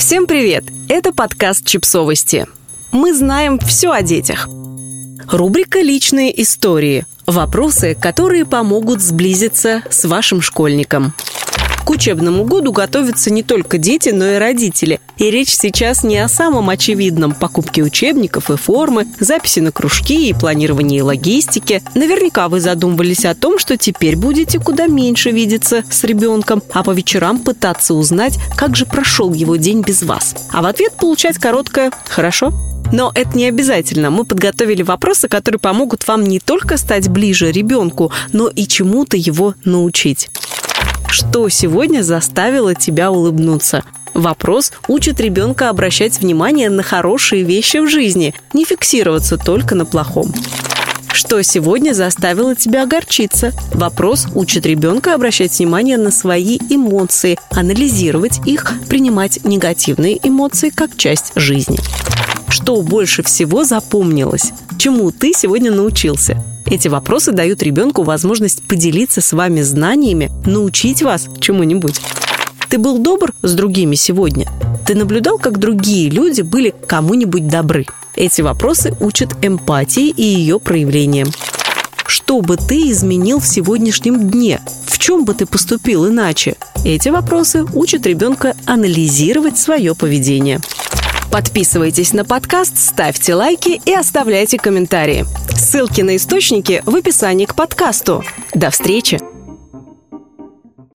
Всем привет! Это подкаст «Чипсовости». Мы знаем все о детях. Рубрика «Личные истории». Вопросы, которые помогут сблизиться с вашим школьником. К учебному году готовятся не только дети, но и родители. И речь сейчас не о самом очевидном – покупке учебников и формы, записи на кружки и планировании логистики. Наверняка вы задумывались о том, что теперь будете куда меньше видеться с ребенком, а по вечерам пытаться узнать, как же прошел его день без вас. А в ответ получать короткое «хорошо». Но это не обязательно. Мы подготовили вопросы, которые помогут вам не только стать ближе ребенку, но и чему-то его научить. Что сегодня заставило тебя улыбнуться? Вопрос учит ребенка обращать внимание на хорошие вещи в жизни, не фиксироваться только на плохом. Что сегодня заставило тебя огорчиться? Вопрос учит ребенка обращать внимание на свои эмоции, анализировать их, принимать негативные эмоции как часть жизни. Что больше всего запомнилось? Чему ты сегодня научился? Эти вопросы дают ребенку возможность поделиться с вами знаниями, научить вас чему-нибудь. Ты был добр с другими сегодня? Ты наблюдал, как другие люди были к кому-нибудь добры? Эти вопросы учат эмпатии и ее проявлениям. Что бы ты изменил в сегодняшнем дне? В чем бы ты поступил иначе? Эти вопросы учат ребенка анализировать свое поведение. Подписывайтесь на подкаст, ставьте лайки и оставляйте комментарии. Ссылки на источники в описании к подкасту. До встречи!